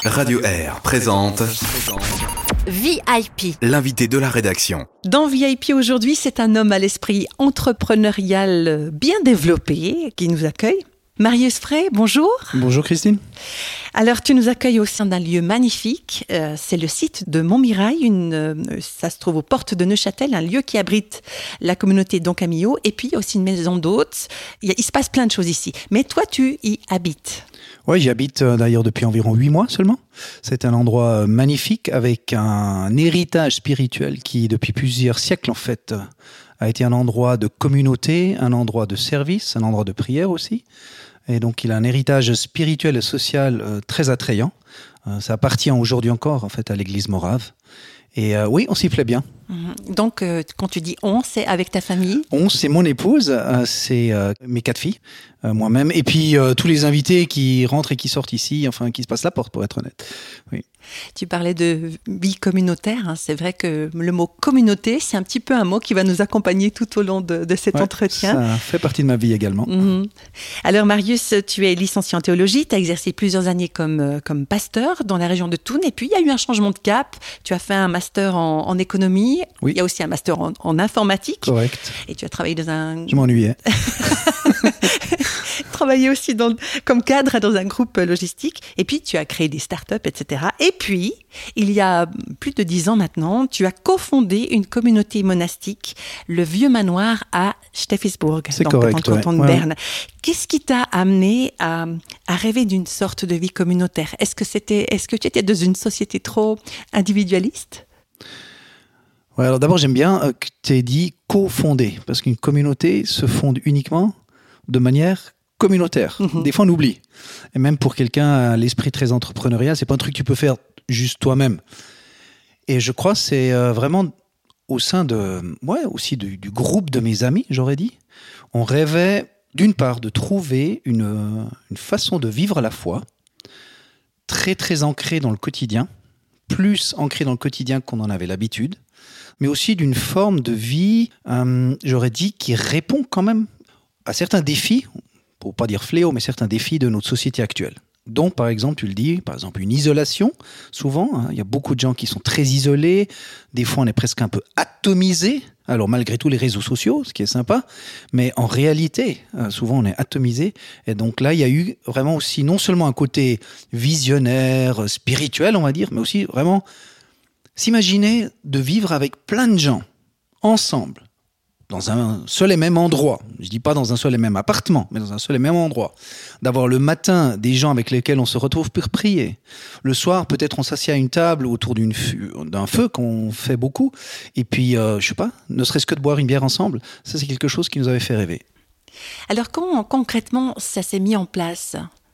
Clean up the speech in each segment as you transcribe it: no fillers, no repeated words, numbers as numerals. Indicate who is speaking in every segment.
Speaker 1: Radio Air présente
Speaker 2: VIP.
Speaker 1: l'invité de la rédaction.
Speaker 2: Dans VIP aujourd'hui, c'est un homme à l'esprit entrepreneurial bien développé qui nous accueille. Marius Frey, bonjour.
Speaker 3: Bonjour Christine.
Speaker 2: Alors, tu nous accueilles au sein d'un lieu magnifique. C'est le site de Montmirail. Ça se trouve aux portes de Neuchâtel, un lieu qui abrite la communauté Don Camillo. Et puis, il y a aussi une maison d'hôtes. Il se passe plein de choses ici. Mais toi, tu y habites.
Speaker 3: Oui, j'y habite d'ailleurs depuis environ 8 mois seulement. C'est un endroit magnifique avec un héritage spirituel qui, depuis plusieurs siècles en fait, a été un endroit de communauté, un endroit de service, un endroit de prière aussi. Et donc, il a un héritage spirituel et social très attrayant. Ça appartient aujourd'hui encore en fait à l'église morave. Et oui, on s'y plaît bien.
Speaker 2: Donc, quand tu dis on, c'est avec ta famille ?
Speaker 3: On, c'est mon épouse, c'est mes 4 filles, moi-même, et puis tous les invités qui rentrent et qui sortent ici, enfin qui se passent la porte pour être honnête. Oui.
Speaker 2: Tu parlais de vie communautaire. C'est vrai que le mot communauté, c'est un petit peu un mot qui va nous accompagner tout au long de cet entretien.
Speaker 3: Ça fait partie de ma vie également.
Speaker 2: Alors Marius, tu es licencié en théologie, tu as exercé plusieurs années comme pasteur dans la région de Thun, et puis il y a eu un changement de cap. Tu as fait un master en économie,
Speaker 3: oui.
Speaker 2: Il y a aussi un master en informatique.
Speaker 3: Correct.
Speaker 2: Et tu as travaillé dans un...
Speaker 3: Je m'ennuyais.
Speaker 2: Travaillé aussi comme cadre dans un groupe logistique. Et puis, tu as créé des startups, etc. Et puis, il y a plus de 10 ans maintenant, tu as cofondé une communauté monastique, le Vieux Manoir à Steffisburg,
Speaker 3: dans le
Speaker 2: canton de Berne. Qu'est-ce qui t'a amené à rêver d'une sorte de vie communautaire ? Est-ce que tu étais dans une société trop individualiste ?
Speaker 3: Ouais, alors d'abord, j'aime bien que tu aies dit cofonder, parce qu'une communauté se fonde uniquement de manière communautaire. Des fois, on oublie. Et même pour quelqu'un à l'esprit très entrepreneurial, c'est pas un truc que tu peux faire juste toi-même. Et je crois que c'est vraiment au sein aussi du groupe de mes amis, j'aurais dit, on rêvait d'une part de trouver une façon de vivre la foi très très ancrée dans le quotidien, plus ancrée dans le quotidien qu'on en avait l'habitude, mais aussi d'une forme de vie, j'aurais dit, qui répond quand même à certains défis, pour pas dire fléaux, mais certains défis de notre société actuelle. Donc, par exemple, tu le dis, par exemple, une isolation, souvent, il y a beaucoup de gens qui sont très isolés, des fois on est presque un peu atomisé, alors malgré tout les réseaux sociaux, ce qui est sympa, mais en réalité, souvent on est atomisé, et donc là, il y a eu vraiment aussi non seulement un côté visionnaire, spirituel, on va dire, mais aussi vraiment s'imaginer de vivre avec plein de gens, ensemble, dans un seul et même endroit. Je dis pas dans un seul et même appartement, mais dans un seul et même endroit. D'avoir le matin des gens avec lesquels on se retrouve pour prier. Le soir, peut-être on s'assied à une table autour d'un feu qu'on fait beaucoup. Et puis, je sais pas, ne serait-ce que de boire une bière ensemble, ça c'est quelque chose qui nous avait fait rêver.
Speaker 2: Alors comment concrètement ça s'est mis en place ?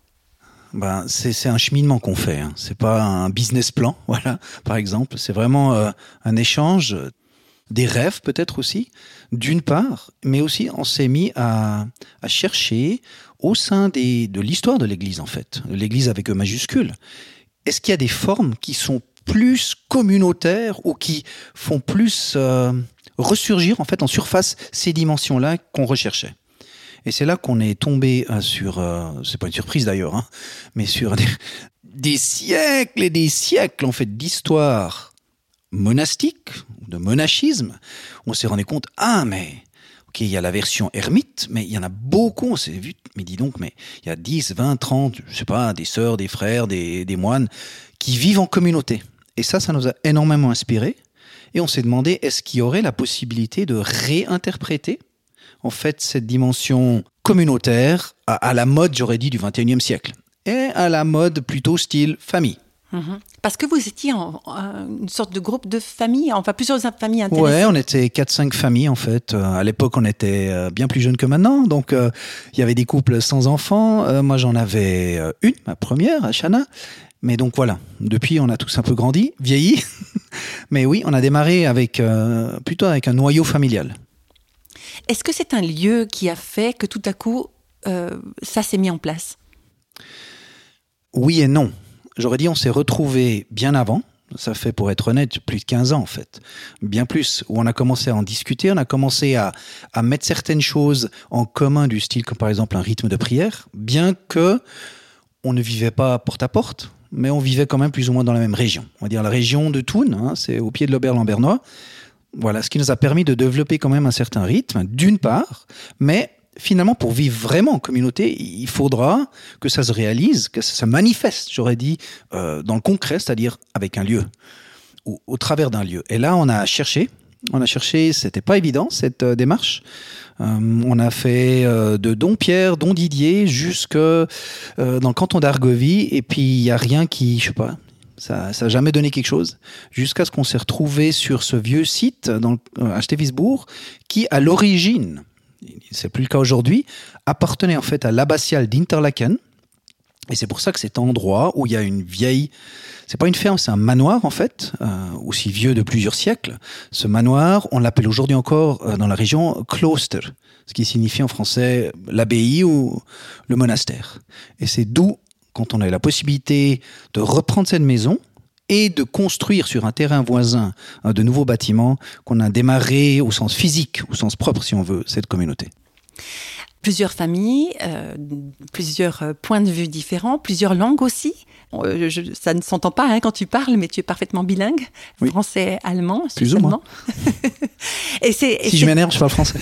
Speaker 3: C'est un cheminement qu'on fait. C'est pas un business plan, voilà, par exemple. C'est vraiment un échange, des rêves peut-être aussi, d'une part, mais aussi on s'est mis à chercher au sein de l'histoire de l'Église en fait, l'Église avec E majuscule. Est-ce qu'il y a des formes qui sont plus communautaires ou qui font plus ressurgir en fait en surface ces dimensions-là qu'on recherchait ? Et c'est là qu'on est tombé sur, c'est pas une surprise d'ailleurs, mais sur des siècles et des siècles en fait d'histoire monastique, de monachisme. On s'est rendu compte, mais ok, il y a la version ermite, mais il y en a beaucoup, on s'est vu, mais dis donc, mais il y a 10, 20, 30, je sais pas, des sœurs, des frères, des moines qui vivent en communauté. Et ça nous a énormément inspiré. Et on s'est demandé, est-ce qu'il y aurait la possibilité de réinterpréter en fait cette dimension communautaire à la mode, j'aurais dit, du 21e siècle, et à la mode plutôt style famille.
Speaker 2: Parce que vous étiez une sorte de groupe de familles, enfin plusieurs familles intéressées.
Speaker 3: Ouais, on était 4-5 familles en fait. À l'époque, on était bien plus jeunes que maintenant, donc il y avait des couples sans enfants. Moi, j'en avais une, ma première, Shana. Mais donc voilà, depuis, on a tous un peu grandi, vieilli. Mais oui, on a démarré plutôt avec un noyau familial.
Speaker 2: Est-ce que c'est un lieu qui a fait que tout à coup, ça s'est mis en place ?
Speaker 3: Oui et non. J'aurais dit on s'est retrouvés bien avant. Ça fait, pour être honnête, plus de 15 ans en fait. Bien plus, où on a commencé à en discuter, on a commencé à mettre certaines choses en commun du style comme par exemple un rythme de prière, bien que on ne vivait pas porte à porte. mais on vivait quand même plus ou moins dans la même région. On va dire la région de Thun, hein, c'est au pied de l'Oberland-Bernois. Voilà, ce qui nous a permis de développer quand même un certain rythme, d'une part, mais finalement, pour vivre vraiment en communauté, il faudra que ça se réalise, que ça se manifeste, j'aurais dit, dans le concret, c'est-à-dire avec un lieu, ou au travers d'un lieu. Et là, on a cherché, c'était pas évident, cette démarche. On a fait de Dompierre, Didier, jusque dans le canton d'Argovie, et puis il n'y a rien qui, je sais pas, ça n'a jamais donné quelque chose, jusqu'à ce qu'on s'est retrouvé sur ce vieux site à Steffisbourg, qui à l'origine, c'est plus le cas aujourd'hui, appartenait en fait à l'abbatiale d'Interlaken. Et c'est pour ça que cet endroit où il y a une vieille, c'est pas une ferme, c'est un manoir en fait, aussi vieux de plusieurs siècles. Ce manoir, on l'appelle aujourd'hui encore dans la région Kloster, ce qui signifie en français l'abbaye ou le monastère. Et c'est d'où, quand on a eu la possibilité de reprendre cette maison et de construire sur un terrain voisin de nouveaux bâtiments, qu'on a démarré au sens physique, au sens propre si on veut, cette communauté.
Speaker 2: Plusieurs familles, plusieurs points de vue différents, plusieurs langues aussi. Ça ne s'entend pas quand tu parles, mais tu es parfaitement bilingue, oui. Français, allemand.
Speaker 3: Plus ou moins. Si je m'énerve, je parle français.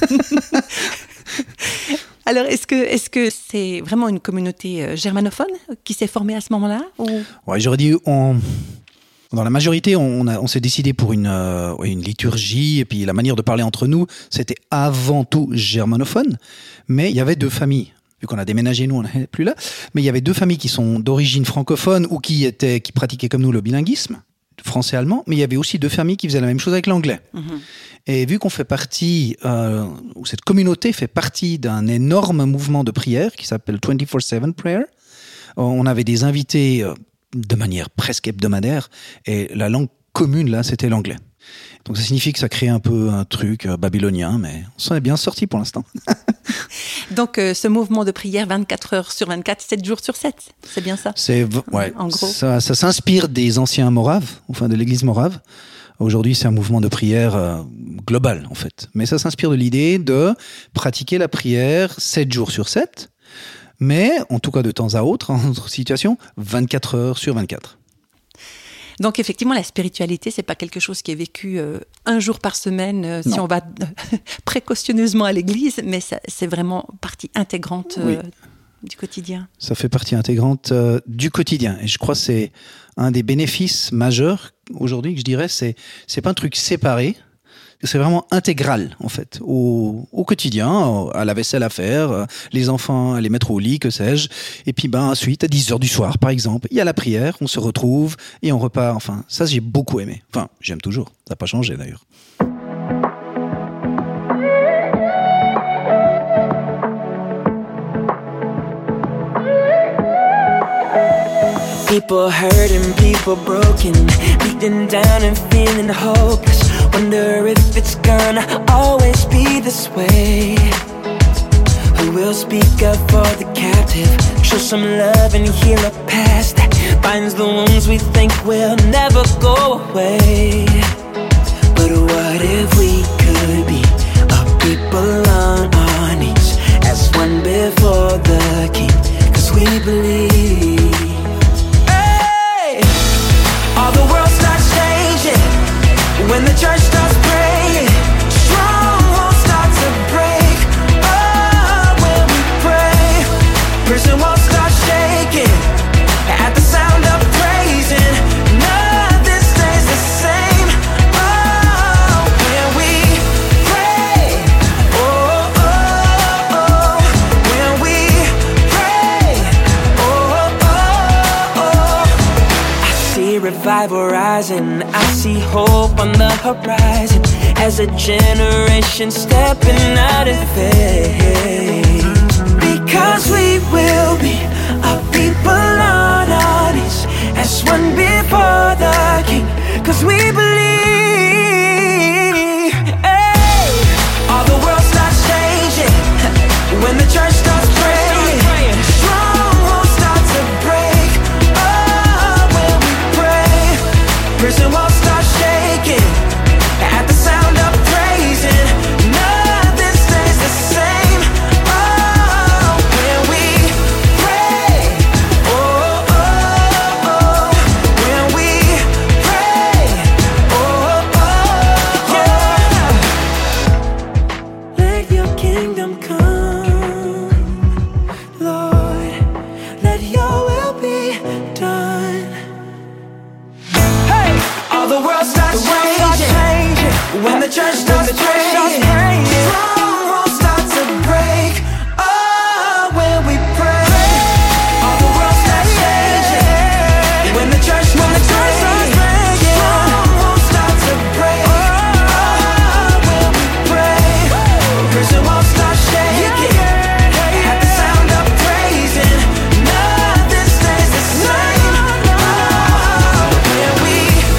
Speaker 2: Alors, est-ce que c'est vraiment une communauté germanophone qui s'est formée à ce moment-là ou...
Speaker 3: Ouais, j'aurais dit... Dans la majorité, on s'est décidé pour une liturgie, et puis la manière de parler entre nous, c'était avant tout germanophone. Mais il y avait deux familles. Vu qu'on a déménagé, nous, on n'est plus là. Mais il y avait deux familles qui sont d'origine francophone ou qui pratiquaient comme nous le bilinguisme, français-allemand. Mais il y avait aussi deux familles qui faisaient la même chose avec l'anglais. Mm-hmm. Et vu qu'on fait partie, ou cette communauté fait partie d'un énorme mouvement de prière qui s'appelle 24/7 Prayer, on avait des invités de manière presque hebdomadaire, et la langue commune, là, c'était l'anglais. Donc ça signifie que ça crée un peu un truc babylonien, mais on s'en est bien sorti pour l'instant.
Speaker 2: Donc ce mouvement de prière 24 heures sur 24, 7 jours sur 7, c'est bien ça?
Speaker 3: Ouais,
Speaker 2: en gros.
Speaker 3: Ça s'inspire des anciens moraves, enfin de l'église morave. Aujourd'hui, c'est un mouvement de prière global, en fait. Mais ça s'inspire de l'idée de pratiquer la prière 7 jours sur 7, mais en tout cas de temps à autre, en d'autres situations, 24 heures sur 24.
Speaker 2: Donc effectivement, la spiritualité, c'est pas quelque chose qui est vécu un jour par semaine, si on va précautionneusement à l'église, mais c'est vraiment partie intégrante du quotidien. Ça fait partie intégrante
Speaker 3: du quotidien. Et je crois que c'est un des bénéfices majeurs aujourd'hui, que je dirais, c'est pas un truc séparé, c'est vraiment intégral, en fait, au quotidien, à la vaisselle à faire, les enfants à les mettre au lit, que sais-je. Et puis, ensuite, à 10h du soir, par exemple, il y a la prière, on se retrouve et on repart. Enfin, ça, j'ai beaucoup aimé. Enfin, j'aime toujours. Ça n'a pas changé, d'ailleurs.
Speaker 4: People hurting, people broken, beaten down and feeling hopeless. Wonder if it's gonna always be this way. Who will speak up for the captive? Show some love and heal a past that binds the wounds we think will never go away. But what if we could be a people on our knees as one before the King? 'Cause we believe. All the world starts changing when the church starts praying. Strongholds start to break. Oh, when we pray, prison walls start shaking at the sound of praising. Nothing stays the same. Oh, when we pray. Oh, oh, oh. When we pray. Oh, oh, oh. I see revival rising, I see hope on the horizon, as a generation stepping out in faith. Because we will be a people on our knees, as one before the King. 'Cause we believe. Hey, all the world starts changing when the church starts praying. Strongholds start to break. Oh, when we pray, prison walls start shaking at the sound of praising. Nothing stays the same. Oh, when we pray. Oh, the world starts changing. When the church starts praying, strongholds start to break. Oh, when we pray, all the world starts changing. When the church starts praying, strongholds start to break. Oh, when we pray, prison walls start shaking. At the sound of praising, nothing stays the same. Oh, when we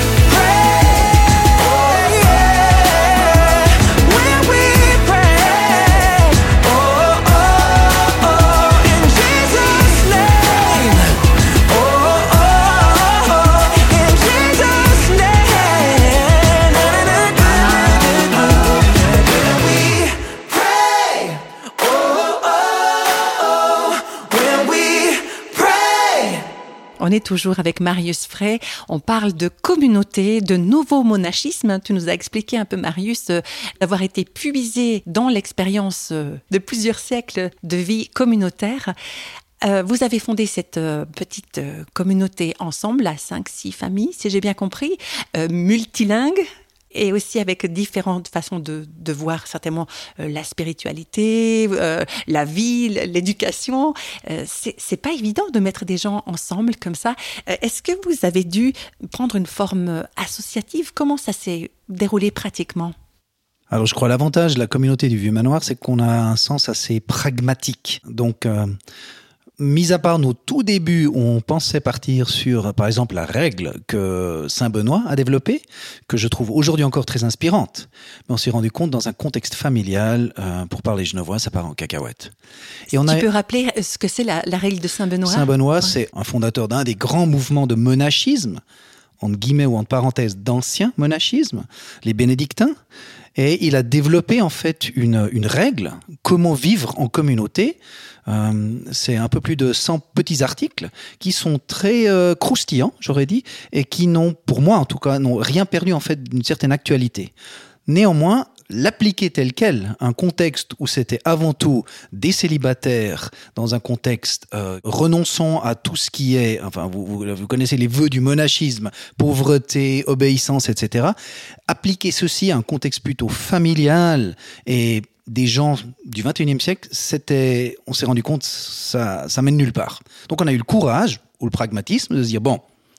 Speaker 4: pray, when we pray, oh, oh, oh, in Jesus' name. Oh, oh, oh, in Jesus' name. When we pray, oh, oh, oh, when we pray.
Speaker 2: On est toujours avec Marius Frey. On parle de communauté, de nouveau monachisme. Tu nous as expliqué un peu, Marius, d'avoir été puisé dans l'expérience de plusieurs siècles de vie communautaire. Vous avez fondé cette petite communauté ensemble, à 5-6 familles, si j'ai bien compris, multilingue. Et aussi avec différentes façons de voir certainement la spiritualité, la vie, l'éducation. C'est pas évident de mettre des gens ensemble comme ça. Est-ce que vous avez dû prendre une forme associative? Comment ça s'est déroulé pratiquement?
Speaker 3: Alors, je crois l'avantage de la communauté du Vieux-Manoir, c'est qu'on a un sens assez pragmatique. Donc, mis à part nos tout débuts où on pensait partir sur, par exemple, la règle que Saint-Benoît a développée, que je trouve aujourd'hui encore très inspirante, mais on s'est rendu compte dans un contexte familial, pour parler genevois, ça part en cacahuète. Et
Speaker 2: Tu peux rappeler ce que c'est la règle de Saint-Benoît?
Speaker 3: Saint-Benoît, c'est un fondateur d'un des grands mouvements de monachisme, entre guillemets ou entre parenthèses, d'ancien monachisme, les bénédictins. Et il a développé en fait une règle, comment vivre en communauté. C'est un peu plus de 100 petits articles qui sont très croustillants, j'aurais dit, et qui n'ont, pour moi en tout cas, n'ont rien perdu en fait d'une certaine actualité. Néanmoins, l'appliquer tel quel, un contexte où c'était avant tout des célibataires, dans un contexte renonçant à tout ce qui est, enfin vous connaissez les vœux du monachisme, pauvreté, obéissance, etc. Appliquer ceci à un contexte plutôt familial et des gens du 21e siècle, on s'est rendu compte, ça mène nulle part. Donc on a eu le courage, ou le pragmatisme, de se dire, bon,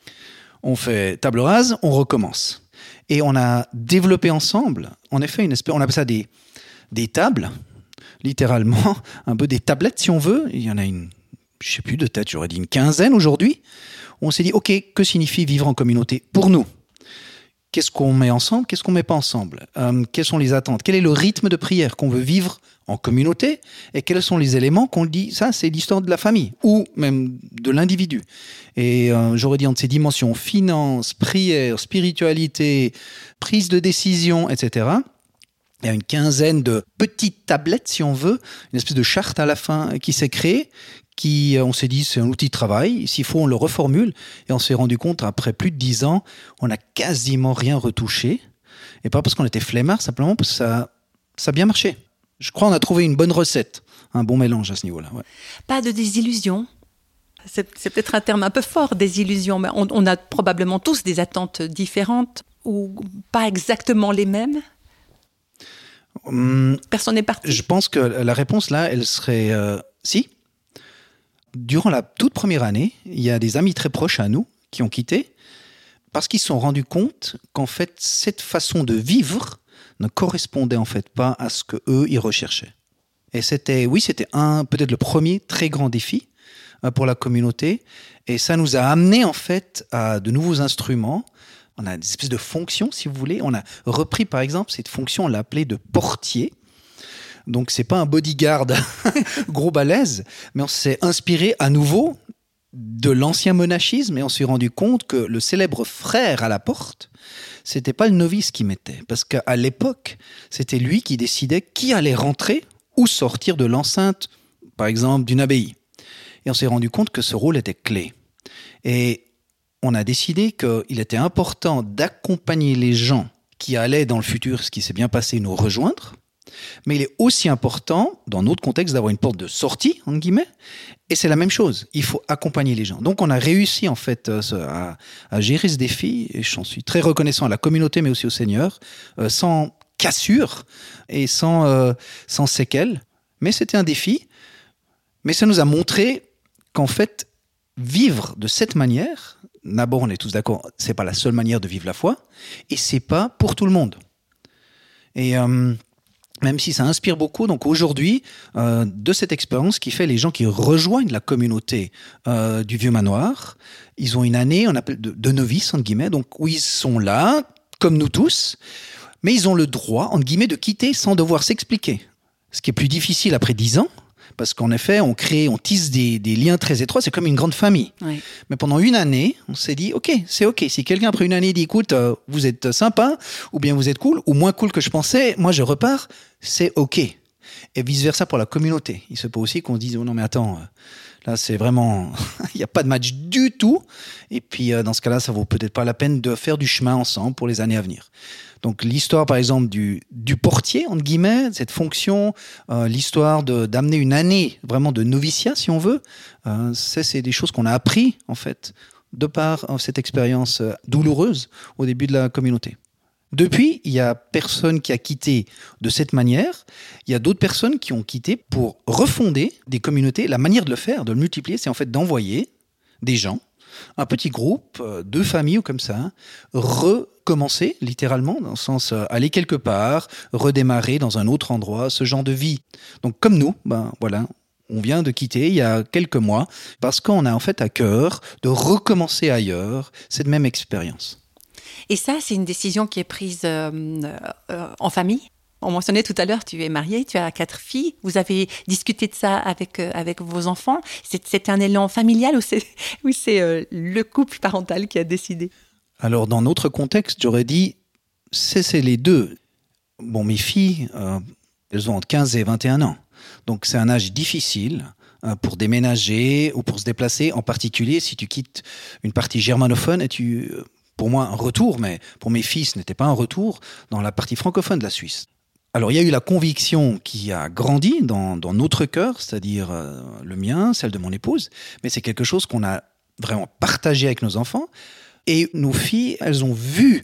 Speaker 3: on fait table rase, on recommence. Et on a développé ensemble, en effet, on appelle ça des tables, littéralement, un peu des tablettes si on veut. Il y en a je sais plus de tête, j'aurais dit une quinzaine aujourd'hui. On s'est dit, ok, que signifie vivre en communauté pour nous? Qu'est-ce qu'on met ensemble? Qu'est-ce qu'on met pas ensemble? Quelles sont les attentes? Quel est le rythme de prière qu'on veut vivre en communauté? Et quels sont les éléments qu'on dit, ça c'est l'histoire de la famille ou même de l'individu? Et j'aurais dit entre ces dimensions, finance, prière, spiritualité, prise de décision, etc. Il y a une quinzaine de petites tablettes, si on veut, une espèce de charte à la fin qui s'est créée, on s'est dit, c'est un outil de travail, s'il faut, on le reformule. Et on s'est rendu compte, après plus de 10 ans, on n'a quasiment rien retouché. Et pas parce qu'on était flemmard, simplement parce que ça a bien marché. Je crois qu'on a trouvé une bonne recette, un bon mélange à ce niveau-là. Ouais.
Speaker 2: Pas de désillusion? C'est peut-être un terme un peu fort, désillusion, mais on a probablement tous des attentes différentes ou pas exactement les mêmes. Personne n'est parti.
Speaker 3: Je pense que la réponse là, elle serait si. Durant la toute première année, il y a des amis très proches à nous qui ont quitté parce qu'ils se sont rendus compte qu'en fait, cette façon de vivre ne correspondait en fait pas à ce que eux ils recherchaient. Et c'était peut-être le premier très grand défi pour la communauté. Et ça nous a amené en fait à de nouveaux instruments. On a des espèces de fonctions, si vous voulez. On a repris par exemple cette fonction, on l'a appelée de portier. Donc c'est pas un bodyguard gros balèze, mais on s'est inspiré à nouveau de l'ancien monachisme et on s'est rendu compte que le célèbre frère à la porte, c'était pas le novice qui mettait, parce qu'à l'époque, c'était lui qui décidait qui allait rentrer ou sortir de l'enceinte, par exemple, d'une abbaye. Et on s'est rendu compte que ce rôle était clé. Et on a décidé qu'il était important d'accompagner les gens qui allaient dans le futur, ce qui s'est bien passé, nous rejoindre, Mais il est aussi important, dans notre contexte, d'avoir une porte de sortie, entre guillemets. Et c'est la même chose. Il faut accompagner les gens. Donc, on a réussi, en fait, à gérer ce défi. Et j'en suis très reconnaissant à la communauté, mais aussi au Seigneur, sans cassure et sans séquelles. Mais c'était un défi. Mais ça nous a montré qu'en fait, vivre de cette manière, d'abord, on est tous d'accord, c'est pas la seule manière de vivre la foi. Et c'est pas pour tout le monde. Et même si ça inspire beaucoup, donc aujourd'hui, de cette expérience qui fait les gens qui rejoignent la communauté du Vieux Manoir, ils ont une année, on appelle de novice, entre guillemets, donc où ils sont là, comme nous tous, mais ils ont le droit, entre guillemets, de quitter sans devoir s'expliquer. Ce qui est plus difficile après 10 ans, parce qu'en effet, on tisse des liens très étroits, c'est comme une grande famille.
Speaker 2: Oui.
Speaker 3: Mais pendant une année, on s'est dit, c'est OK. Si quelqu'un, après une année, dit, écoute, vous êtes sympa, ou bien vous êtes cool, ou moins cool que je pensais, moi je repars, c'est OK. Et vice-versa pour la communauté. Il se peut aussi qu'on se dise, oh non mais attends, là c'est vraiment, il n'y a pas de match du tout. Et puis dans ce cas-là, ça vaut peut-être pas la peine de faire du chemin ensemble pour les années à venir. Donc l'histoire, par exemple, du portier, entre guillemets, cette fonction, l'histoire d'amener une année vraiment de noviciat, si on veut, c'est des choses qu'on a appris, en fait, de par cette expérience douloureuse au début de la communauté. Depuis, il n'y a personne qui a quitté de cette manière. Il y a d'autres personnes qui ont quitté pour refonder des communautés. La manière de le faire, de le multiplier, c'est en fait d'envoyer des gens, un petit groupe, 2 familles ou comme ça, recommencer littéralement, dans le sens aller quelque part, redémarrer dans un autre endroit, ce genre de vie. Donc comme nous, voilà, on vient de quitter il y a quelques mois parce qu'on a en fait à cœur de recommencer ailleurs cette même expérience.
Speaker 2: Et ça, c'est une décision qui est prise en famille. On mentionnait tout à l'heure, tu es marié, tu as 4 filles. Vous avez discuté de ça avec vos enfants. C'est un élan familial ou c'est le couple parental qui a décidé?
Speaker 3: Alors, dans notre contexte, j'aurais dit, c'est les deux. Bon, mes filles, elles ont entre 15 et 21 ans. Donc, c'est un âge difficile pour déménager ou pour se déplacer, en particulier si tu quittes une partie germanophone et pour moi, un retour, mais pour mes filles, ce n'était pas un retour dans la partie francophone de la Suisse. Alors, il y a eu la conviction qui a grandi dans notre cœur, c'est-à-dire le mien, celle de mon épouse, mais c'est quelque chose qu'on a vraiment partagé avec nos enfants. Et nos filles, elles ont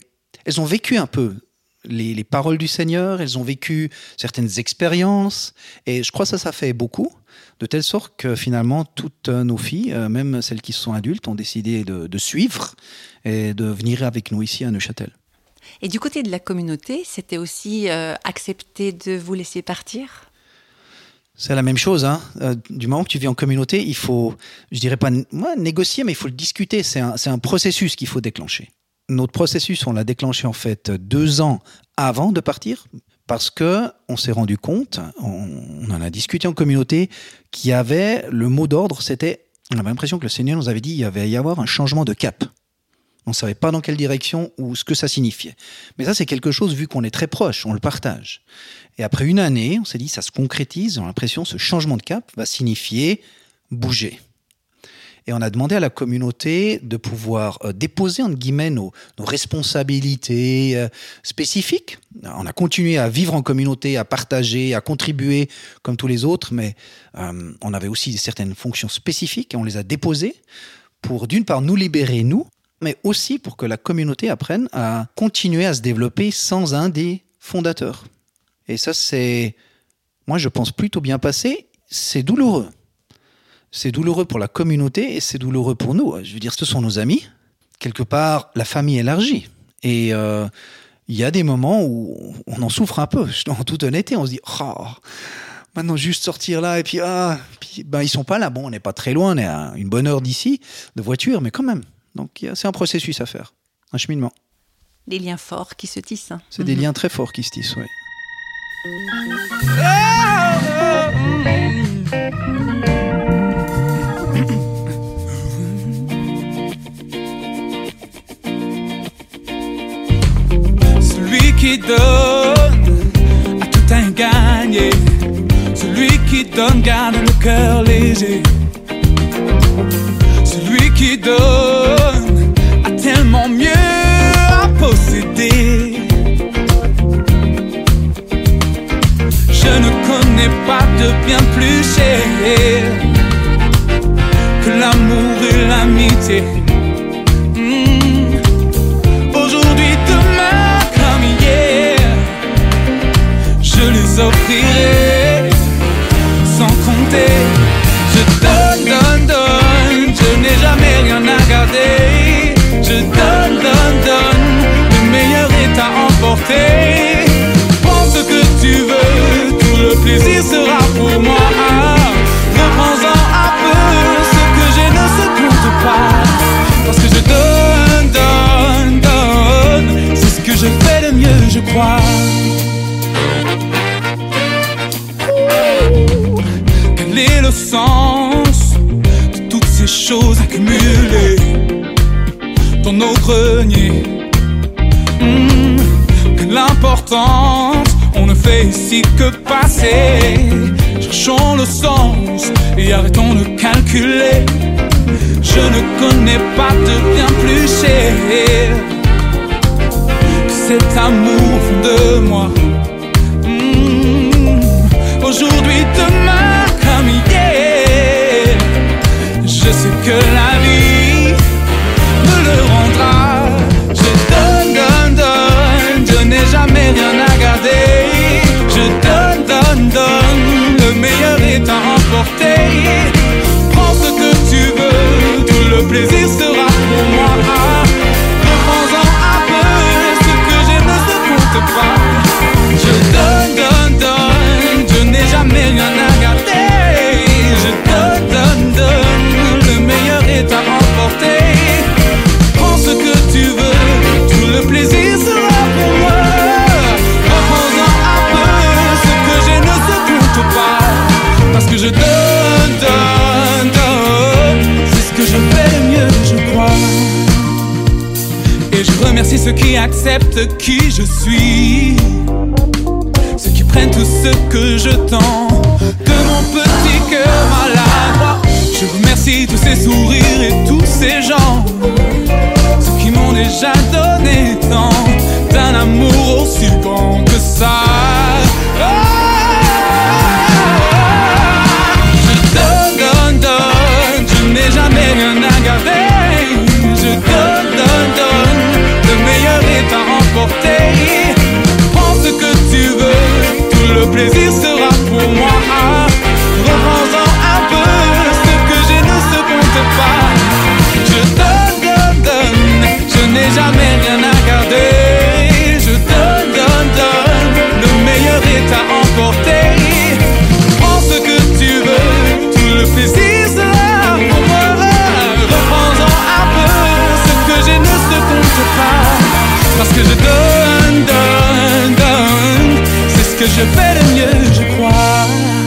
Speaker 3: vécu un peu les paroles du Seigneur, elles ont vécu certaines expériences, et je crois que ça fait beaucoup, de telle sorte que finalement, toutes nos filles, même celles qui sont adultes, ont décidé de suivre et de venir avec nous ici à Neuchâtel.
Speaker 2: Et du côté de la communauté, c'était aussi accepter de vous laisser partir?
Speaker 3: C'est la même chose. Du moment que tu vis en communauté, il faut, je dirais pas négocier, mais il faut le discuter. C'est un processus qu'il faut déclencher. Notre processus, on l'a déclenché en fait 2 ans avant de partir, parce qu'on s'est rendu compte, on en a discuté en communauté, qu'il y avait le mot d'ordre, on avait l'impression que le Seigneur nous avait dit qu'il va y avoir un changement de cap. On ne savait pas dans quelle direction ou ce que ça signifiait. Mais ça, c'est quelque chose, vu qu'on est très proche, on le partage. Et après une année, on s'est dit, ça se concrétise, on a l'impression que ce changement de cap va signifier bouger. Et on a demandé à la communauté de pouvoir déposer, entre guillemets, nos responsabilités spécifiques. On a continué à vivre en communauté, à partager, à contribuer comme tous les autres, mais on avait aussi certaines fonctions spécifiques et on les a déposées pour, d'une part, nous libérer, nous, mais aussi pour que la communauté apprenne à continuer à se développer sans un des fondateurs. Et ça, moi, je pense plutôt bien passé. C'est douloureux. C'est douloureux pour la communauté et c'est douloureux pour nous. Je veux dire, ce sont nos amis. Quelque part, la famille élargie. Et il y a des moments où on en souffre un peu. En toute honnêteté, on se dit maintenant juste sortir là et puis ils sont pas là. Bon, on n'est pas très loin, on est à une bonne heure d'ici de voiture, mais quand même. Donc c'est un processus à faire, un cheminement.
Speaker 2: Des liens forts qui se tissent.
Speaker 3: C'est des liens très forts qui se tissent, oui.
Speaker 5: Celui qui donne a tout un gagné. Celui qui donne garde le cœur léger. Celui qui donne a tellement mieux à posséder. s'offrirait sans compter. Je donne, je n'ai jamais rien à garder. Je donne, le meilleur est à emporter. Prends ce que tu veux, tout le plaisir sera pour moi. Reprends-en un peu, ce que j'ai ne se compte pas. Parce que je donne, c'est ce que je fais de mieux, je crois. Quel est le sens de toutes ces choses accumulées dans nos greniers? Quelle importance, on ne fait ici que passer. Cherchons le sens et arrêtons de calculer. Je ne connais pas de bien plus cher que cet amour au fond de moi. Aujourd'hui, demain, comme hier, je sais que la vie me le rendra. Je donne, je n'ai jamais rien à garder. Je donne, le meilleur est à emporter. Prends ce que tu veux, tout le plaisir sera pour moi. Reprends-en un peu, ce que j'ai ne se compte pas. Je donne, je n'ai jamais rien à garder. Je donne, le meilleur est à emporter. Prends ce que tu veux, tout le plaisir sera pour moi. Reprends-en un peu, ce que j'ai ne se compte pas. Parce que je donne, c'est ce que je fais de mieux, je crois. Et je remercie ceux qui acceptent qui je suis, ceux qui prennent tout ce que je tends de mon petit cœur maladroit. Je remercie tous ces sourires et tous ces gens, ceux qui m'ont déjà donné tant, d'un amour aussi grand que ça. Je donne, je n'ai jamais rien à garder. Je donne, le meilleur est à emporter. Prends ce que tu veux, tout le plaisir sera pour moi. Reprends-en un peu, ce que j'ai ne se compte pas. Je donne, je n'ai jamais rien à garder. Je donne, le meilleur est à emporter. Prends ce que tu veux, tout le plaisir sera pour moi. Reprends-en un peu, ce que j'ai ne se compte pas. Parce que je donne, c'est ce que je fais de mieux, je crois.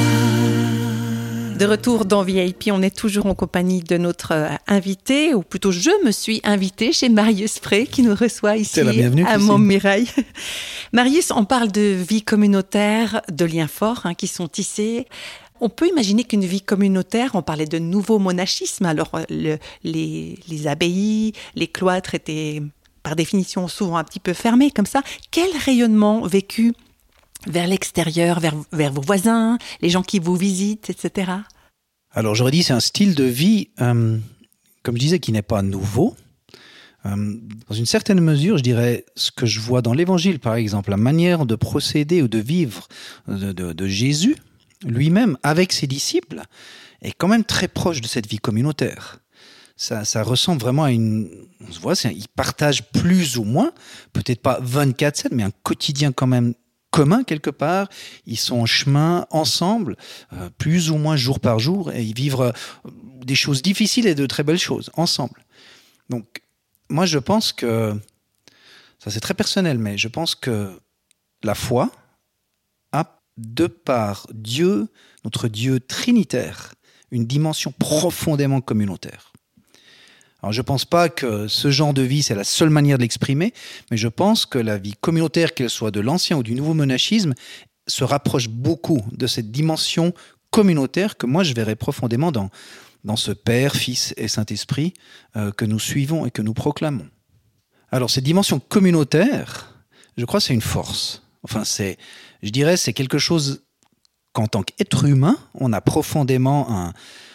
Speaker 2: De retour dans VIP, on est toujours en compagnie de notre invité, ou plutôt je me suis invitée chez Marius Frey qui nous reçoit ici à Montmirail. Marius, on parle de vie communautaire, de liens forts qui sont tissés. On peut imaginer qu'une vie communautaire, on parlait de nouveau monachisme, alors les abbayes, les cloîtres étaient par définition souvent un petit peu fermés comme ça. Quel rayonnement vécu vers l'extérieur, vers vos voisins, les gens qui vous visitent, etc.
Speaker 3: Alors j'aurais dit c'est un style de vie, comme je disais, qui n'est pas nouveau. Dans une certaine mesure, je dirais, ce que je vois dans l'Évangile, par exemple, la manière de procéder ou de vivre de Jésus lui-même avec ses disciples est quand même très proche de cette vie communautaire. Ça ressemble vraiment à on se voit, ils partagent plus ou moins, peut-être pas 24/7, mais un quotidien quand même commun quelque part. Ils sont en chemin ensemble, plus ou moins jour par jour, et ils vivent des choses difficiles et de très belles choses ensemble. Donc, moi, je pense que, ça c'est très personnel, mais je pense que la foi a, de par Dieu, notre Dieu trinitaire, une dimension profondément communautaire. Alors, je ne pense pas que ce genre de vie, c'est la seule manière de l'exprimer, mais je pense que la vie communautaire, qu'elle soit de l'ancien ou du nouveau monachisme, se rapproche beaucoup de cette dimension communautaire que moi, je verrais profondément dans ce Père, Fils et Saint-Esprit que nous suivons et que nous proclamons. Alors, cette dimension communautaire, je crois que c'est une force. Enfin, je dirais, c'est quelque chose qu'en tant qu'être humain, on a profondément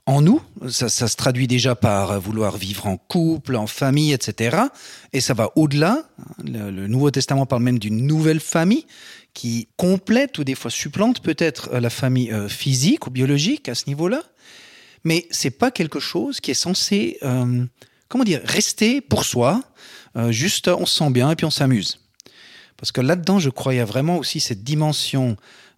Speaker 3: en nous. Ça se traduit déjà par vouloir vivre en couple, en famille, etc. Et ça va au-delà. Le Nouveau Testament parle même d'une nouvelle famille qui complète ou des fois supplante peut-être la famille physique ou biologique à ce niveau-là. Mais c'est pas quelque chose qui est censé, rester pour soi. Juste, on se sent bien et puis on s'amuse. Parce que là-dedans, je crois, il y a vraiment aussi cette dimension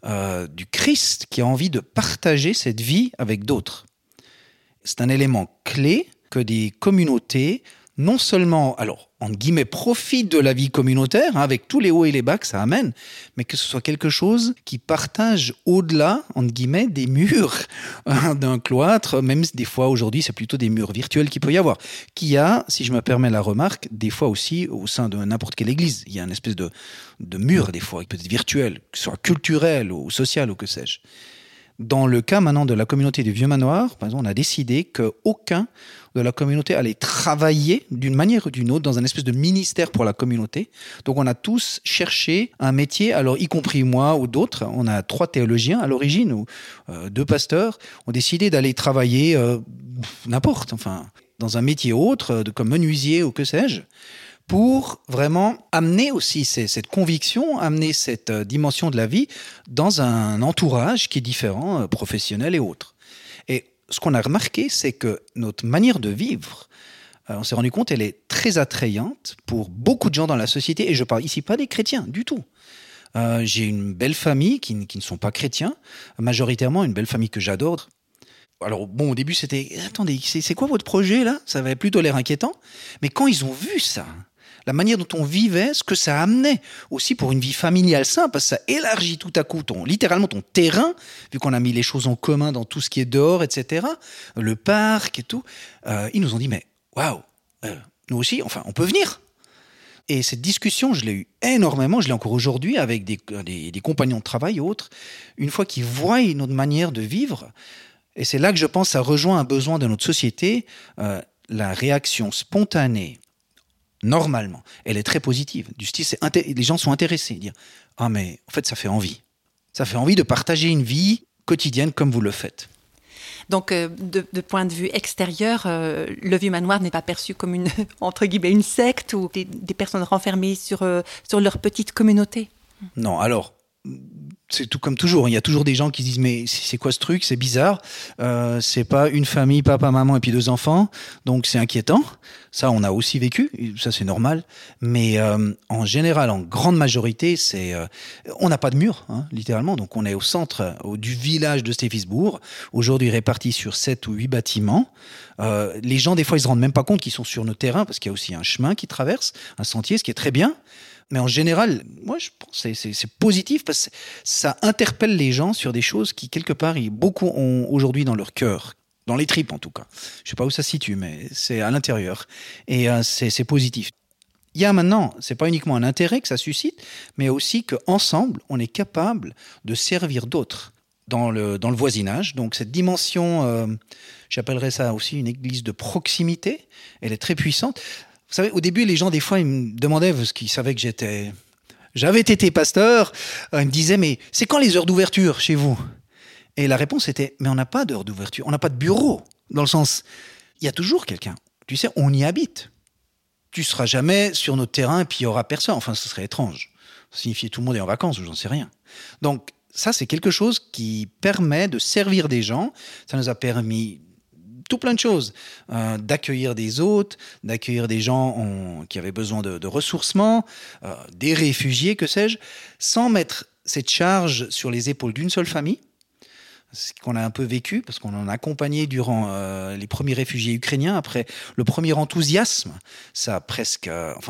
Speaker 3: du Christ qui a envie de partager cette vie avec d'autres. C'est un élément clé que des communautés, non seulement, alors, entre guillemets, profitent de la vie communautaire, avec tous les hauts et les bas que ça amène, mais que ce soit quelque chose qui partage au-delà, entre guillemets, des murs d'un cloître, même si des fois, aujourd'hui, c'est plutôt des murs virtuels qu'il peut y avoir. Qu'il y a, si je me permets la remarque, des fois aussi, au sein de n'importe quelle église, il y a une espèce de mur, des fois, peut-être virtuel, que ce soit culturel ou social ou que sais-je. Dans le cas maintenant de la communauté du Vieux-Manoir, par exemple, on a décidé qu'aucun de la communauté allait travailler d'une manière ou d'une autre dans un espèce de ministère pour la communauté. Donc on a tous cherché un métier, alors y compris moi ou d'autres. On a 3 théologiens à l'origine, ou 2 pasteurs, ont décidé d'aller travailler n'importe, dans un métier autre, comme menuisier ou que sais-je, pour vraiment amener aussi cette conviction, amener cette dimension de la vie dans un entourage qui est différent, professionnel et autres. Et ce qu'on a remarqué, c'est que notre manière de vivre, on s'est rendu compte, elle est très attrayante pour beaucoup de gens dans la société, et je parle ici pas des chrétiens du tout. J'ai une belle famille qui ne sont pas chrétiens, majoritairement une belle famille que j'adore. Alors bon, au début c'était « Attendez, c'est quoi votre projet là ?» Ça avait plutôt l'air inquiétant. Mais quand ils ont vu ça, la manière dont on vivait, ce que ça amenait aussi pour une vie familiale simple, parce que ça élargit tout à coup littéralement ton terrain, vu qu'on a mis les choses en commun dans tout ce qui est dehors, etc., le parc et tout, ils nous ont dit « Mais waouh, nous aussi, on peut venir !» Et cette discussion, je l'ai eue énormément, je l'ai encore aujourd'hui avec des compagnons de travail et autres, une fois qu'ils voient notre manière de vivre. Et c'est là que je pense que ça rejoint un besoin de notre société, la réaction spontanée, normalement, elle est très positive. Du style, les gens sont intéressés, dire « Ah mais en fait ça fait envie. Ça fait envie de partager une vie quotidienne comme vous le faites. »
Speaker 2: Donc, de point de vue extérieur, le Vieux-Manoir n'est pas perçu comme une, entre guillemets, une secte ou des personnes renfermées sur leur petite communauté.
Speaker 3: Non, alors, c'est tout comme toujours. Il y a toujours des gens qui disent « Mais c'est quoi ce truc ? C'est bizarre. C'est pas une famille, papa, maman et puis 2 enfants. Donc c'est inquiétant. » Ça, on a aussi vécu. Ça, c'est normal. Mais en général, en grande majorité, on n'a pas de mur, littéralement. Donc on est au centre du village de Steffisbourg, aujourd'hui réparti sur 7 ou 8 bâtiments. Les gens, des fois, ils se rendent même pas compte qu'ils sont sur nos terrains parce qu'il y a aussi un chemin qui traverse, un sentier, ce qui est très bien. Mais en général, moi, je pense que c'est positif parce que ça interpelle les gens sur des choses qui, quelque part, beaucoup ont aujourd'hui dans leur cœur, dans les tripes en tout cas. Je ne sais pas où ça se situe, mais c'est à l'intérieur. Et c'est positif. Il y a maintenant, ce n'est pas uniquement un intérêt que ça suscite, mais aussi qu'ensemble, on est capable de servir d'autres dans le voisinage. Donc cette dimension, j'appellerais ça aussi une église de proximité, elle est très puissante. Vous savez, au début, les gens, des fois, ils me demandaient, parce qu'ils savaient que j'avais été pasteur, ils me disaient, mais c'est quand les heures d'ouverture chez vous ? Et la réponse était, mais on n'a pas d'heure d'ouverture, on n'a pas de bureau. Dans le sens, il y a toujours quelqu'un. Tu sais, on y habite. Tu seras jamais sur notre terrain et puis il y aura personne. Enfin, ce serait étrange. Ça signifie que tout le monde est en vacances ou j'en sais rien. Donc, ça, c'est quelque chose qui permet de servir des gens. Ça nous a permis tout plein de choses, d'accueillir des hôtes, d'accueillir des gens qui avaient besoin de ressourcement, des réfugiés, que sais-je, sans mettre cette charge sur les épaules d'une seule famille, ce qu'on a un peu vécu, parce qu'on en a accompagné durant les premiers réfugiés ukrainiens, après le premier enthousiasme, ça a presque...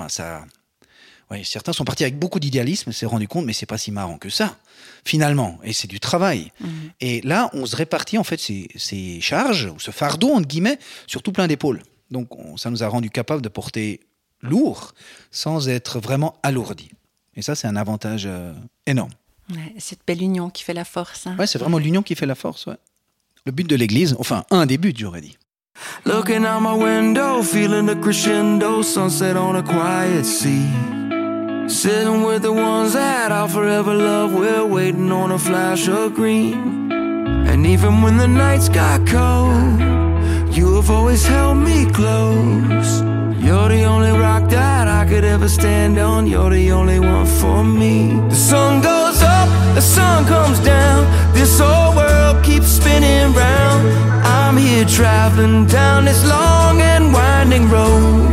Speaker 3: certains sont partis avec beaucoup d'idéalisme et s'est rendu compte, mais c'est pas si marrant que ça, finalement, et c'est du travail. Mmh. Et là, on se répartit en fait ces charges, ou ce fardeau, entre guillemets, sur tout plein d'épaules. Donc ça nous a rendu capables de porter lourd, sans être vraiment alourdi. Et ça, c'est un avantage énorme.
Speaker 2: Ouais, cette belle union qui fait la force.
Speaker 3: Ouais, c'est vraiment l'union qui fait la force, ouais. Le but de l'Église, enfin, un des buts, j'aurais dit.
Speaker 4: Looking out my window, feeling the crescendo, sunset on a quiet sea. Sitting with the ones that I'll forever love, we're waiting on a flash of green. And even when the nights got cold, you have always held me close. You're the only rock that I could ever stand on. You're the only one for me. The sun goes up, the sun comes down. This whole world keeps spinning round. I'm here traveling down this long and winding road.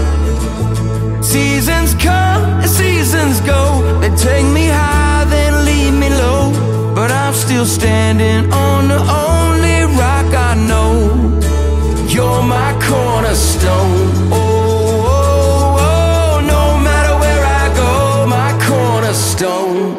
Speaker 4: Seasons come and seasons go. They take me high, then leave me low. But I'm still standing on the only rock I know. You're my cornerstone. Oh, oh, oh, no matter where I go, my cornerstone.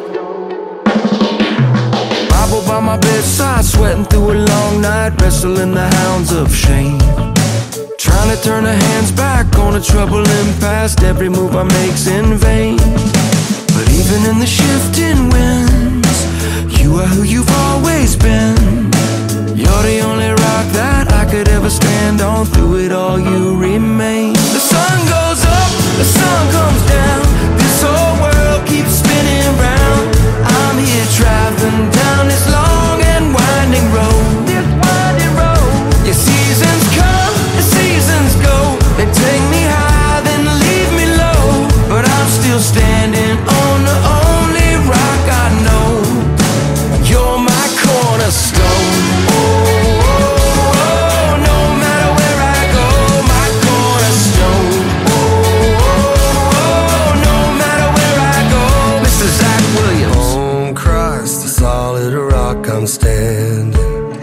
Speaker 4: Bible by my bedside, sweating through a long night, wrestling the hounds of shame. Trying to turn the hands back on a troubling past. Every move I make's in vain. But even in the shifting winds, you are who you've always been. You're the only rock that I could ever stand on. Through it all you remain. The sun goes up, the sun comes down. This whole world keeps spinning round. I'm here traveling down this long and winding road. This winding road. Your seasons come and seasons go. They take me high, then leave me low. But I'm still standing on the only rock I know. You're my cornerstone. Oh, oh, oh, no matter where I go, my cornerstone. Oh, oh, oh, no matter where I go, Mr. Zach Williams.
Speaker 6: On Christ, the solid rock I'm standing.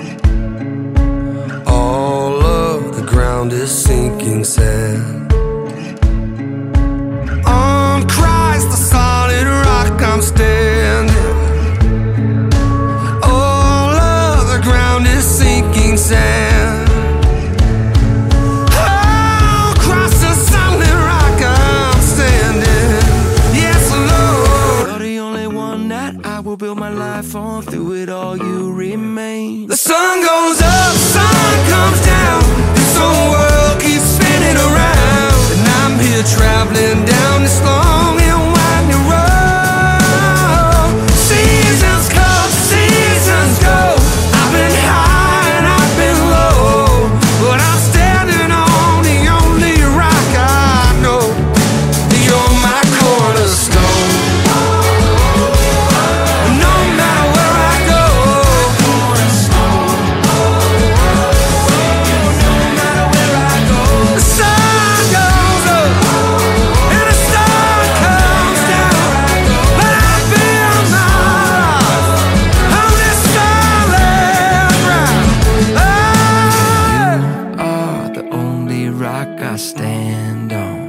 Speaker 6: All of the ground is sinking sand. On Christ, the solid rock I'm standing. All of the ground is sinking sand. Oh, Christ, the solid rock I'm standing. Yes, Lord.
Speaker 4: You're the only one that I will build my life on. Through it all you remain. The sun goes up, sun comes down. This whole world keeps spinning around.
Speaker 6: And I'm here traveling down this long and winding road.
Speaker 4: Seasons come, seasons go.
Speaker 6: I've been high and I've been low, but I'm standing on the only rock I know. You're my cornerstone. No matter where I go, no matter where I go, the sun goes up and the sun comes down. But I feel my on this solid ground.
Speaker 4: are the only rock I stand on.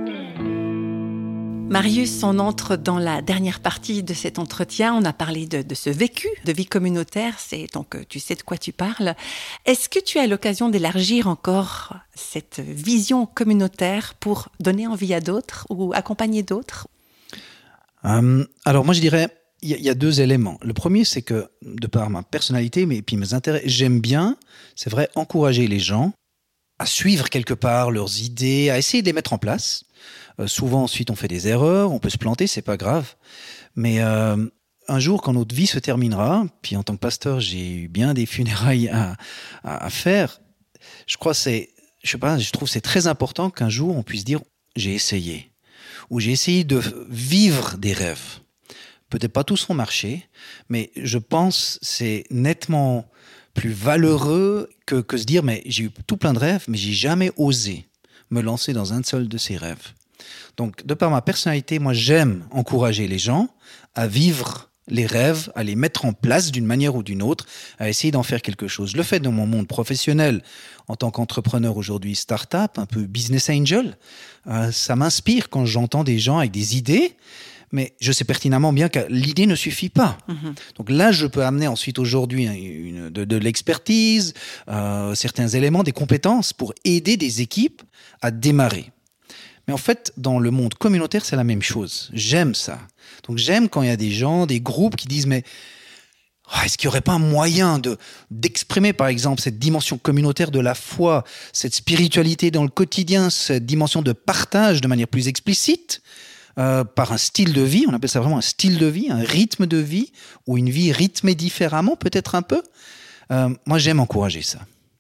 Speaker 2: Marius, on entre dans la dernière partie de cet entretien. On a parlé de ce vécu de vie communautaire. Donc, tu sais de quoi tu parles. Est-ce que tu as l'occasion d'élargir encore cette vision communautaire pour donner envie à d'autres ou accompagner d'autres?
Speaker 3: Alors moi je dirais, il y a deux éléments. Le premier, c'est que de par ma personnalité, mais puis mes intérêts, j'aime bien, c'est vrai, encourager les gens à suivre quelque part leurs idées, à essayer de les mettre en place. Souvent ensuite on fait des erreurs, on peut se planter, c'est pas grave. Mais un jour, quand notre vie se terminera, puis en tant que pasteur, j'ai eu bien des funérailles à faire. Je crois je trouve que c'est très important qu'un jour on puisse dire j'ai essayé, ou j'ai essayé de vivre des rêves. Peut-être pas tous ont marché, mais je pense que c'est nettement plus valeureux que se dire mais j'ai eu tout plein de rêves, mais j'ai jamais osé me lancer dans un seul de ces rêves. Donc, de par ma personnalité, moi, j'aime encourager les gens à vivre les rêves, à les mettre en place d'une manière ou d'une autre, à essayer d'en faire quelque chose. Je le fais dans mon monde professionnel, en tant qu'entrepreneur aujourd'hui start-up, un peu business angel. Ça m'inspire quand j'entends des gens avec des idées, mais je sais pertinemment bien que l'idée ne suffit pas. Donc là, je peux amener ensuite aujourd'hui de l'expertise, certains éléments, des compétences pour aider des équipes à démarrer. Mais en fait, dans le monde communautaire, c'est la même chose. J'aime ça. Donc j'aime quand il y a des gens, des groupes qui disent mais est-ce qu'il n'y aurait pas un moyen d'exprimer, par exemple, cette dimension communautaire de la foi, cette spiritualité dans le quotidien, cette dimension de partage de manière plus explicite, par un style de vie, on appelle ça vraiment un style de vie, un rythme de vie, ou une vie rythmée différemment, peut-être un peu. Moi, j'aime encourager ça.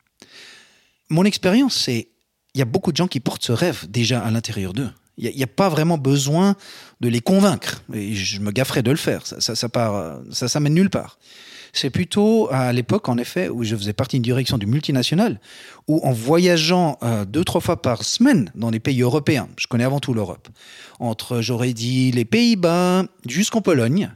Speaker 3: Mon expérience, c'est il y a beaucoup de gens qui portent ce rêve déjà à l'intérieur d'eux. Il n'y a pas vraiment besoin de les convaincre. Et je me gafferais de le faire. Ça mène nulle part. C'est plutôt à l'époque, en effet, où je faisais partie d'une direction du multinational, où en voyageant 2-3 fois par semaine dans les pays européens, je connais avant tout l'Europe, entre, j'aurais dit, les Pays-Bas jusqu'en Pologne,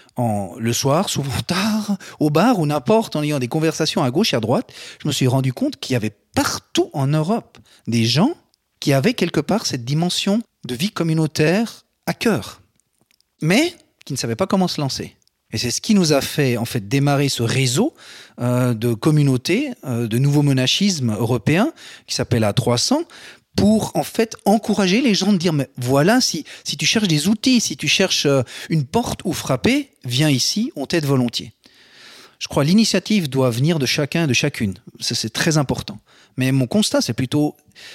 Speaker 3: le soir, souvent tard, au bar ou n'importe, en ayant des conversations à gauche et à droite, je me suis rendu compte qu'il y avait partout en Europe des gens qui avaient quelque part cette dimension de vie communautaire à cœur, mais qui ne savaient pas comment se lancer. Et c'est ce qui nous a fait en fait démarrer ce réseau de communautés, de nouveaux monachismes européens qui s'appelle A300, pour en fait encourager les gens de dire mais voilà, si tu cherches des outils, si tu cherches une porte où frapper, viens ici, on t'aide volontiers. Je crois que l'initiative doit venir de chacun et de chacune. Ça, c'est très important. Mais mon constat, c'est plutôt,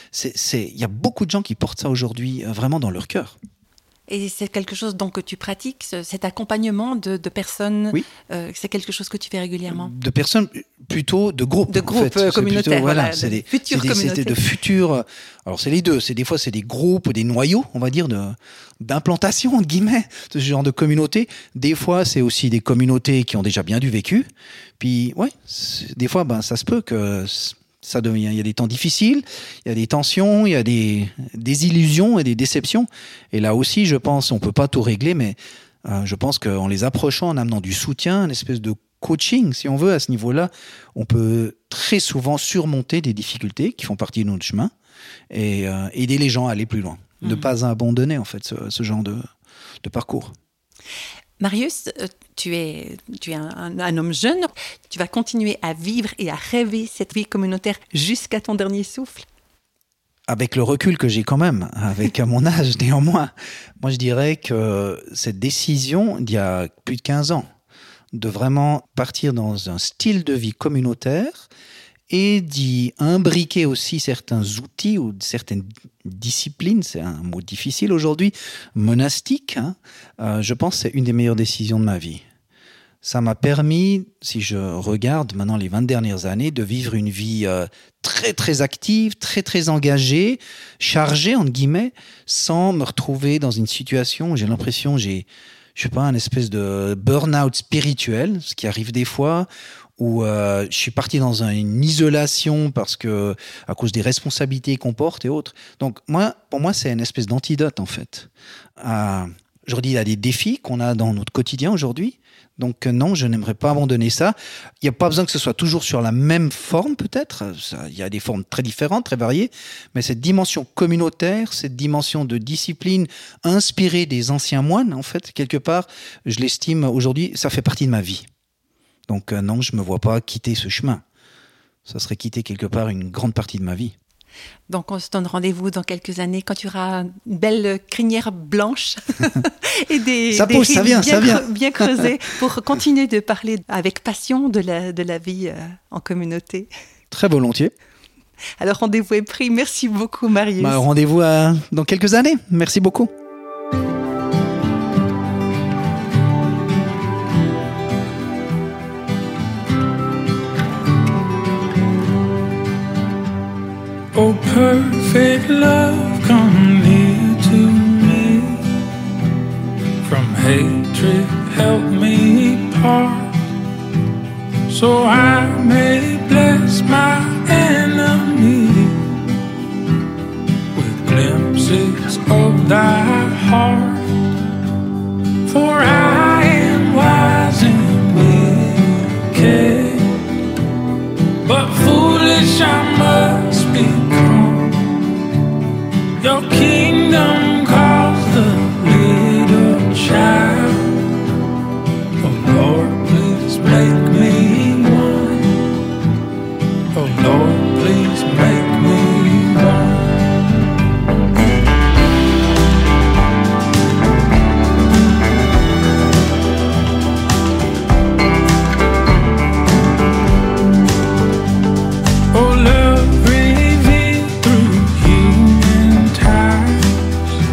Speaker 3: il y a beaucoup de gens qui portent ça aujourd'hui vraiment dans leur cœur.
Speaker 2: Et c'est quelque chose donc que tu pratiques, cet accompagnement de personnes. Oui. C'est quelque chose que tu fais régulièrement.
Speaker 3: De personnes, plutôt de groupes.
Speaker 2: De groupes en fait. Communautaires. Plutôt,
Speaker 3: voilà, c'est des futures communautés. De futurs. Alors c'est les deux. Des fois c'est des groupes, des noyaux, on va dire, d'implantation entre guillemets, de ce genre de communauté. Des fois c'est aussi des communautés qui ont déjà bien du vécu. Puis ouais, des fois ça se peut que il y a des temps difficiles, il y a des tensions, il y a des illusions et des déceptions. Et là aussi, je pense, on peut pas tout régler, mais je pense qu'en les approchant, en amenant du soutien, une espèce de coaching, si on veut, à ce niveau-là, on peut très souvent surmonter des difficultés qui font partie de notre chemin et aider les gens à aller plus loin. Ne pas abandonner, en fait, ce genre de parcours.
Speaker 2: Marius, tu es un homme jeune. Tu vas continuer à vivre et à rêver cette vie communautaire jusqu'à ton dernier souffle.
Speaker 3: Avec le recul que j'ai quand même, avec mon âge néanmoins, moi je dirais que cette décision d'il y a plus de 15 ans, de vraiment partir dans un style de vie communautaire et d'y imbriquer aussi certains outils ou certaines disciplines, c'est un mot difficile aujourd'hui, monastique, je pense que c'est une des meilleures décisions de ma vie. Ça m'a permis, si je regarde maintenant les 20 dernières années, de vivre une vie très très active, très très engagée, chargée entre guillemets, sans me retrouver dans une situation où j'ai l'impression, je sais pas, une espèce de burn-out spirituel, ce qui arrive des fois, où je suis parti dans une isolation parce que à cause des responsabilités qu'on porte et autres. Donc pour moi, c'est une espèce d'antidote en fait. Je redis, il y a des défis qu'on a dans notre quotidien aujourd'hui. Donc non, je n'aimerais pas abandonner ça. Il n'y a pas besoin que ce soit toujours sur la même forme peut-être. Il y a des formes très différentes, très variées. Mais cette dimension communautaire, cette dimension de discipline inspirée des anciens moines, en fait, quelque part, je l'estime aujourd'hui, ça fait partie de ma vie. Donc non, je ne me vois pas quitter ce chemin. Ça serait quitter quelque part une grande partie de ma vie.
Speaker 2: Donc on se donne rendez-vous dans quelques années quand tu auras une belle crinière blanche et des rides bien creusées pour continuer de parler avec passion de la vie en communauté.
Speaker 3: Très volontiers.
Speaker 2: Alors rendez-vous est pris. Merci beaucoup Marius.
Speaker 3: Rendez-vous dans quelques années. Merci beaucoup.
Speaker 5: Oh, perfect love, come near to me. From hatred, help me part, so I may bless my enemy with glimpses of thy heart. For I am wise and wicked, but foolish I must become. Your kingdom calls the little child. Oh Lord, please make me one. Oh Lord, please make me one. Oh, love revealed through human ties,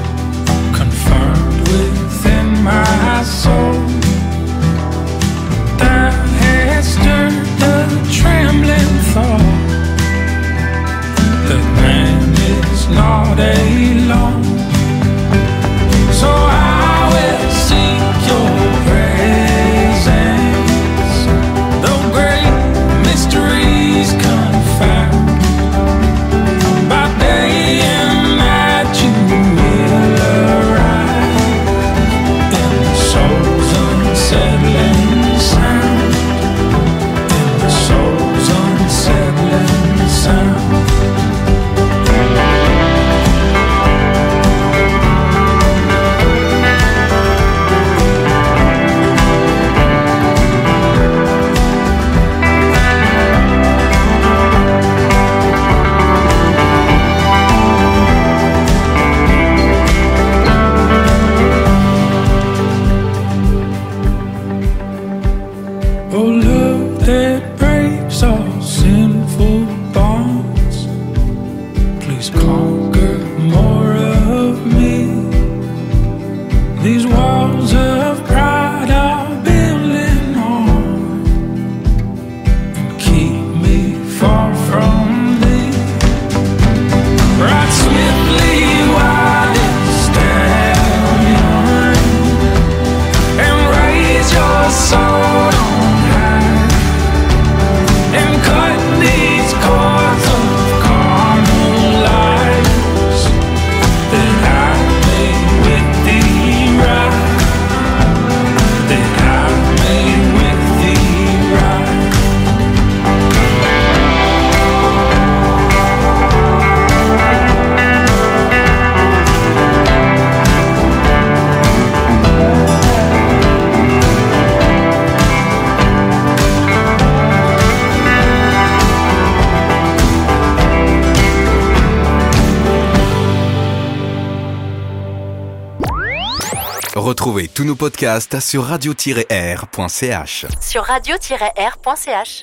Speaker 1: Retrouvez tous nos podcasts sur radio-r.ch.
Speaker 7: Sur radio-r.ch.